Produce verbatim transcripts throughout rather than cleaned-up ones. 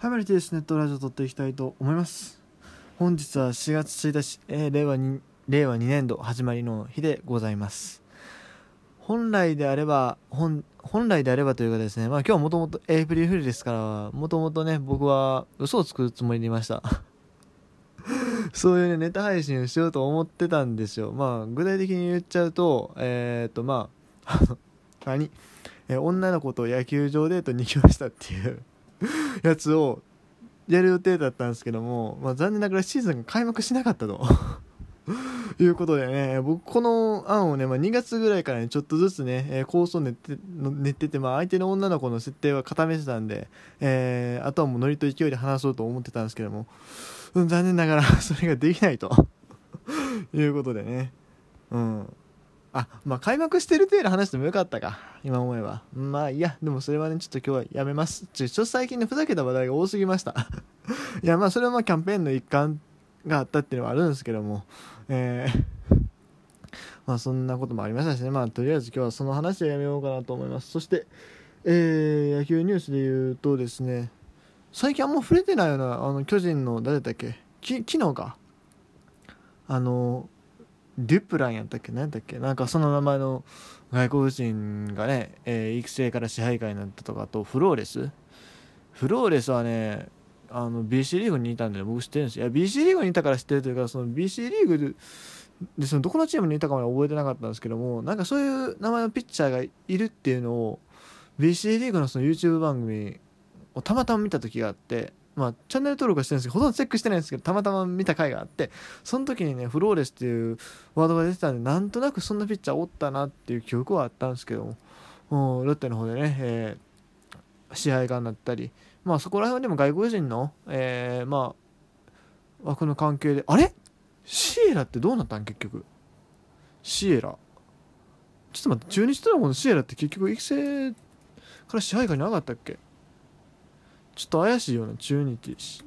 はい、マリティです。ネットラジオを撮っていきたいと思います。本日はしがつついたち、えー、令和に令和にねん度始まりの日でございます。本来であれば本本来であればというかですね、まあ今日はもともとエイプリルフールですから、もともとね僕は嘘をつくつもりでいましたそういうねネタ配信をしようと思ってたんですよ。まあ具体的に言っちゃうと、えー、っとまああの何、えー女の子と野球場デートに行きましたっていうやつをやる予定だったんですけども、まあ、残念ながらシーズンが開幕しなかったということでね、僕この案をね、まあ、にがつぐらいからねちょっとずつね、えー、構想練って練ってて、まあ、相手の女の子の設定は固めてたんで、えー、あとはもうノリと勢いで話そうと思ってたんですけども、うん、残念ながらそれができないということでね、うんあ、まあ開幕してる程度話してもよかったか、今思えば。まあいや、でもそれはね、ちょっと今日はやめます。ちょ、ちょっと最近ね、ふざけた話題が多すぎましたいや、まあそれはまあキャンペーンの一環があったっていうのはあるんですけども、えー、まあそんなこともありましたしね、まあとりあえず今日はその話はやめようかなと思います。そして、えー、野球ニュースで言うとですね、最近あんま触れてないような、あの巨人の誰だっけ、き昨日か、あの、デュプランやったっけ、何だっけ、なんかその名前の外国人がね、えー育成から支配下になったとか、あとフローレスフローレスはね、あの ビーシー リーグにいたんで、ね、僕知ってるんですよ。いや ビーシー リーグにいたから知ってるというか、その ビーシー リーグででそのどこのチームにいたかまで覚えてなかったんですけども、なんかそういう名前のピッチャーがいるっていうのを ビーシー リーグのその YouTube 番組をたまたま見た時があって、まあ、チャンネル登録はしてるんですけどほとんどチェックしてないんですけど、たまたま見た回があって、その時にねフローレスっていうワードが出てたんで、なんとなくそんなピッチャーおったなっていう記憶はあったんですけども、ロッテの方でね、えー、支配下になったり、まあそこら辺でも外国人の、えー、まあ枠の関係で、あれシエラってどうなったん結局。シエラちょっと待って、中日ドラゴンのシエラって結局育成から支配下になかったっけ。ちょっと怪しいような、中日。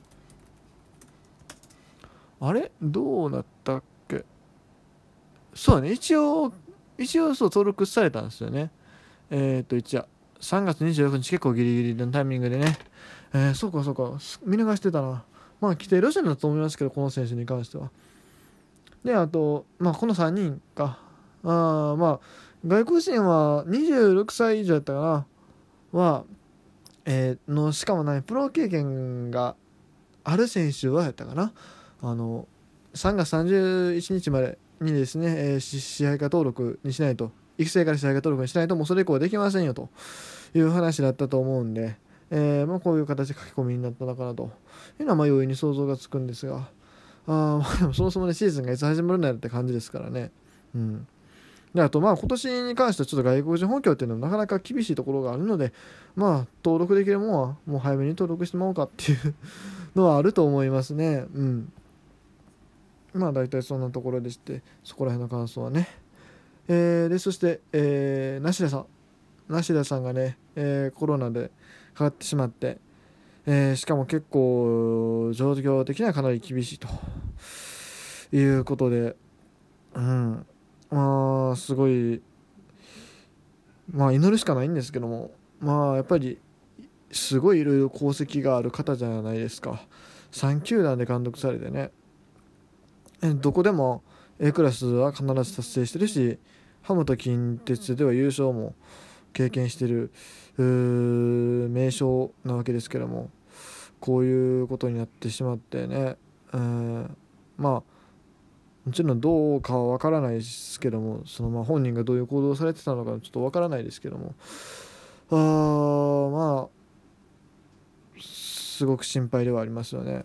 あれどうなったっけ。そうだね、一応一応そう登録されたんですよね。えっ、ー、と一応さんがつにじゅうろくにち、結構ギリギリのタイミングでね、えー、そうかそうか、見逃してたな。まあ規定路線だと思いますけど、この選手に関しては。であと、まあ、このさんにんか、あまあ外国人はにじゅうろくさい以上やったかなは、えー、のしかもねプロ経験がある選手はやったかな、あのさんがつさんじゅういちにちまでにですね、えー、支配下登録にしないと、育成から支配下登録にしないともうそれ以降はできませんよという話だったと思うんで、えーまあ、こういう形で書き込みになったのかなというのはまあ容易に想像がつくんですが、あでもそもそもねシーズンがいつ始まるんだよって感じですからね。うん。であとまあ今年に関してはちょっと外国人補強っていうのはなかなか厳しいところがあるので、まあ登録できるものはもう早めに登録してもらおうかっていうのはあると思いますね。うん。まあ大体そんなところでして、そこら辺の感想はね。えー、でそして、えー、梨田さん梨田さんがね、えー、コロナでかかってしまって、えー、しかも結構状況的にはかなり厳しいということで、うん、まあすごい、まあ祈るしかないんですけども、まあやっぱりすごいいろいろ功績がある方じゃないですか。さん球団で監督されてね、どこでも A クラスは必ず達成してるし、ハムと近鉄では優勝も経験してる名将なわけですけども、こういうことになってしまってね、えー、まあもちろんどうかは分からないですけども、そのまあ本人がどういう行動をされてたのかちょっと分からないですけども、あーまあすごく心配ではありますよね。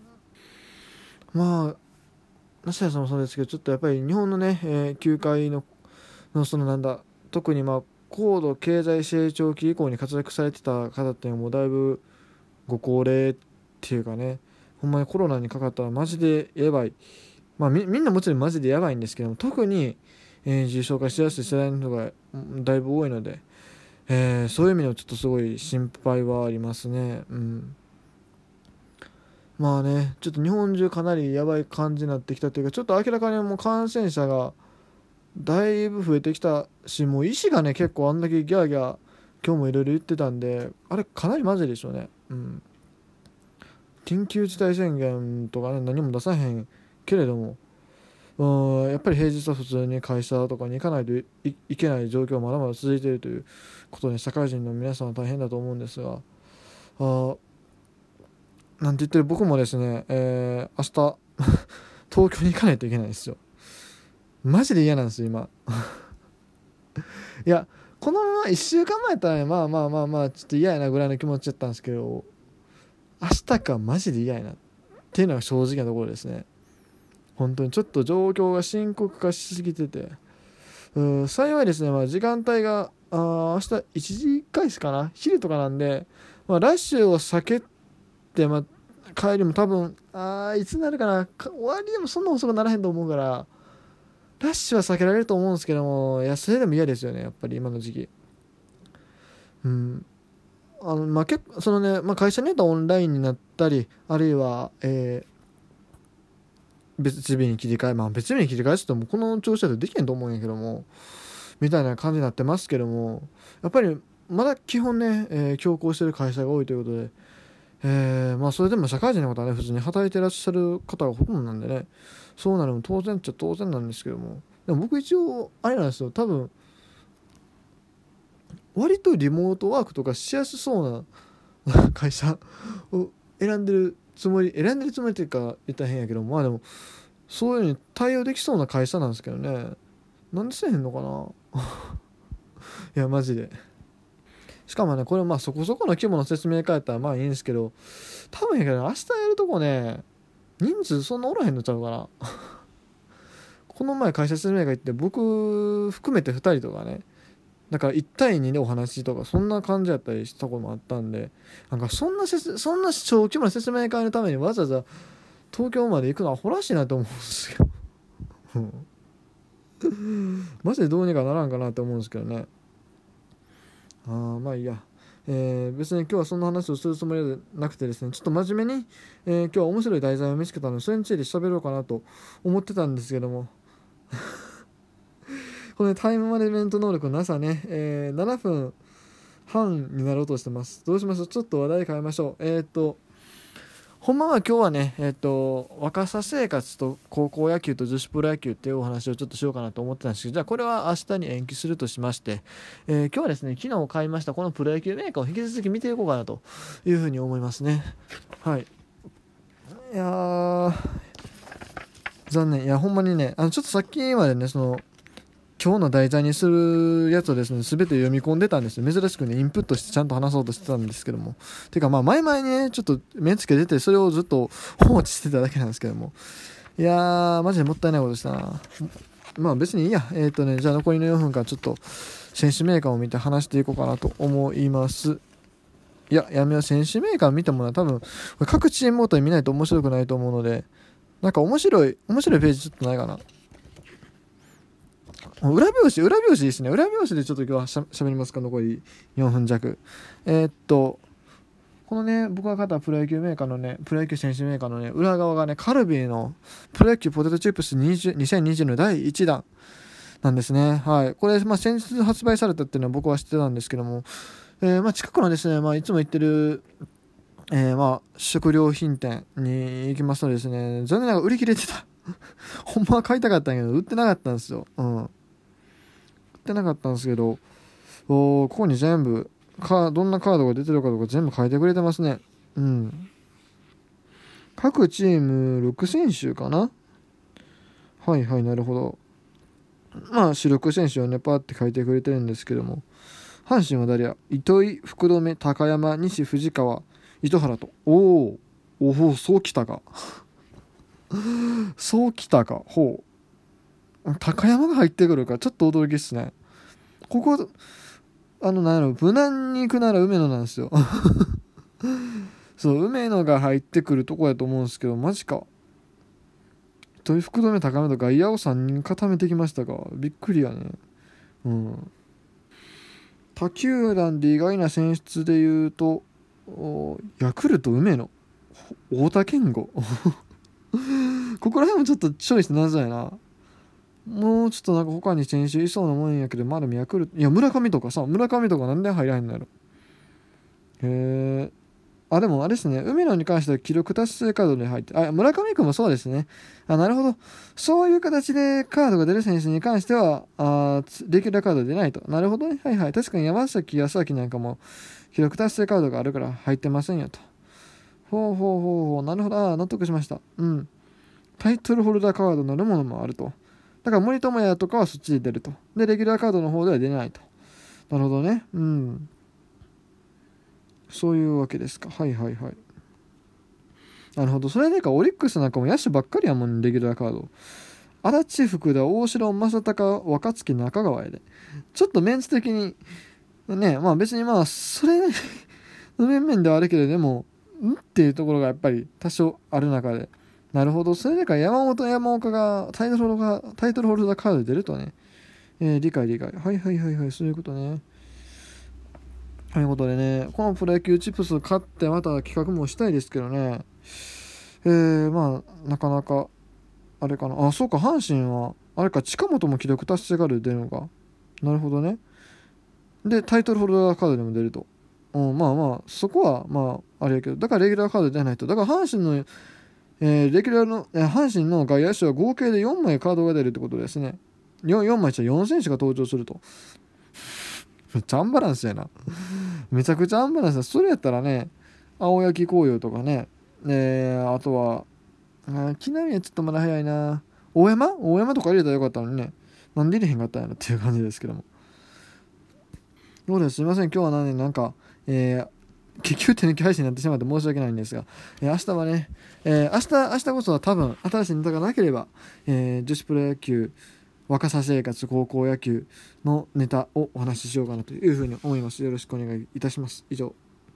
まあ梨田さんもそうですけど、ちょっとやっぱり日本のね、えー、球界ののそのなんだ、特にまあ高度経済成長期以降に活躍されてた方っていうのもだいぶご高齢っていうかね、ほんまにコロナにかかったらマジでやばい、まあ み, みんなもちろんマジでやばいんですけども、特に、えー、重症化しやすい世代の人がだいぶ多いので、えー、そういう意味ではちょっとすごい心配はありますね。うん。まあね、ちょっと日本中かなりやばい感じになってきたというか、ちょっと明らかにもう感染者がだいぶ増えてきたし、もう医師がね結構あんだけギャーギャー今日もいろいろ言ってたんで、あれかなりマジでしょうね。うん。 緊急事態宣言とかね何も出さへんけれども、うんやっぱり平日は普通に会社とかに行かないと い, いけない状況はまだまだ続いているということで、社会人の皆さんは大変だと思うんですが、あなんて言ってる僕もですね、えー、明日東京に行かないといけないんですよ。マジで嫌なんですよ今いやこのままいっしゅうかんまえやったら、ね、まあまあまあまあちょっと嫌やなぐらいの気持ちだったんですけど、明日かマジで嫌やなっていうのが正直なところですね。本当にちょっと状況が深刻化しすぎてて、うん幸いですね、まあ、時間帯があ明日いちじ開始かな、昼とかなんで、まあ、ラッシュを避けて、まあ、帰りも多分あいつになるかなか終わりでもそんな遅くならへんと思うから、ラッシュは避けられると思うんですけども、いやそれでも嫌ですよねやっぱり今の時期。うんあのまあ結構そのね、まあ、会社によってはオンラインになったり、あるいは、えー別日に切り替え、まあ別日に切り替えしてもこの調子だとできへんと思うんやけども、みたいな感じになってますけども、やっぱりまだ基本ね、えー、強行してる会社が多いということで、えー、まあそれでも社会人の方はね普通に働いてらっしゃる方がほとんどなんでね、そうなるのも当然っちゃ当然なんですけども、でも僕一応あれなんですよ、多分割とリモートワークとかしやすそうな会社を選んでるつもり選んでるつもりっていうか言ったら変やけど、まあでもそういうのに対応できそうな会社なんですけどね、なんでせえへんのかないやマジで。しかもねこれまあそこそこの規模の説明会やったらまあいいんですけど、多分やけど明日やるとこね人数そんなおらへんのちゃうかなこの前会社説明会行って僕含めてふたりとかね、だからいち対にでお話とかそんな感じやったりしたこともあったんで、なんかそんな説そんな小規模な説明会のためにわざわざ東京まで行くのはアホらしいなと思うんですよマジでどうにかならんかなって思うんですけどね。あーまあいいや、えー、別に今日はそんな話をするつもりはなくてですね、ちょっと真面目に、えー、今日は面白い題材を見つけたのでそれについて喋ろうかなと思ってたんですけどもこの、ね、タイムマネジメント能力のなさね、えー、ななふんはんになろうとしてます。どうしましょう、ちょっと話題変えましょう。えっ、ー、とほんまは今日はね、えっ、ー、と若さ生活と高校野球と女子プロ野球っていうお話をちょっとしようかなと思ってたんですけど、じゃあこれは明日に延期するとしまして、えー、今日はですね昨日買いましたこのプロ野球メーカーを引き続き見ていこうかなというふうに思いますね。はい、いやー残念、いやほんまにね、あのちょっとさっきまでねその今日の題材にするやつをですね全て読み込んでたんですよ。珍しくねインプットしてちゃんと話そうとしてたんですけども、てかまあ前々にねちょっと目つけててそれをずっと放置してただけなんですけども、いやーマジでもったいないことしたな。まあ別にいいや。えっ、ー、とねじゃあ残りのよんぷんかんちょっと選手メーカーを見て話していこうかなと思います。いややめよう、選手メーカー見てもらう多分各チームごとに見ないと面白くないと思うので、なんか面白い面白いページちょっとないかな。裏表紙裏表紙ですね。裏表紙でちょっと今日はしゃ喋りますか。残りよんぷん弱。えー、っとこのね僕が買ったプロ野球メーカーのねプロ野球選手メーカーのね裏側がねカルビーのプロ野球ポテトチップスにせんにじゅうのだいいちだんなんですね。はい、これ、まあ、先日発売されたっていうのは僕は知ってたんですけども、えーまあ、近くのですね、まあ、いつも行ってる、えーまあ、食料品店に行きますとですね、残念ながら売り切れてたほんまは買いたかったんやけど売ってなかったんですよ。うん売ってなかったんですけど、おここに全部かどんなカードが出てるかとか全部書いてくれてますね。うん各チームろく選手かな。はいはい、なるほど。まあ主力選手をねパーって書いてくれてるんですけども、阪神は誰や、糸井、福留、高山、西、藤川、糸原と、おおおおそうきたかそうきたか。ほう高山が入ってくるかちょっと驚きっすね。ここあのなんやろ、無難に行くなら梅野なんですよそう梅野が入ってくるとこやと思うんですけど、マジか。という福留、高めと外野をさんにん固めてきましたか。びっくりやね。うん他球団で意外な選出でいうとヤクルト梅野、太田健吾ここら辺もちょっとチョイス謎やな。もうちょっとなんか他に選手いそうなもんやけど、まだヤクルト、いや村上とかさ、村上とかなんで入らへんのやろ。へえあ、でもあれですね、海野に関しては記録達成カードに入って、あ、村上君もそうですね。あ、なるほど。そういう形でカードが出る選手に関しては、あレギュラーカード出ないと。なるほどね。はいはい。確かに山崎康明なんかも記録達成カードがあるから入ってませんよと。ほうほうほうほう。なるほど。あ、納得しました。うん。タイトルホルダーカードなるものもあると。だから森友哉とかはそっちで出ると。で、レギュラーカードの方では出ないと。なるほどね。うん。そういうわけですか。はいはいはい。なるほど。それでか、オリックスなんかも野手ばっかりやもんね、レギュラーカード。足立福田、大城正隆、若月、中川やで。ちょっとメンツ的に、ね、まあ別にまあ、それの面々ではあるけど、でも、んっていうところがやっぱり多少ある中で。なるほど。それでか、山本山岡がタイトルホルダー、タイトルホルダーカードで出るとね。えー、理解理解。はいはいはいはい、そういうことね。ということでね、このプロ野球チップス買ってまた企画もしたいですけどね。えー、まあ、なかなか、あれかな。あ、そうか、阪神は、あれか、近本も記録達成カードで出るのか。なるほどね。で、タイトルホルダーカードでも出ると。うん、まあまあ、そこは、まあ、あれやけど、だからレギュラーカード出ないと。だから阪神の、えー、レギュラーの、えー、阪神の外野手は合計でよんまいカードが出るってことですね。よん, よんまいじゃよん選手が登場すると。めっちゃアンバランスやな。めちゃくちゃアンバランスだ。それやったらね、青柳紅葉とかね、えー、あとは、あ木浪はちょっとまだ早いな。大山大山とか入れたらよかったのにね。なんで入れへんかったんやろっていう感じですけども。そうです。すいません。今日はね、なんか、えー、結局手抜き配信になってしまって申し訳ないんですが、えー、明日はね、えー、明日、明日こそは多分、新しいネタがなければ、えー、女子プロ野球、若さ生活、高校野球のネタをお話ししようかなというふうに思います。よろしくお願いいたします。以上。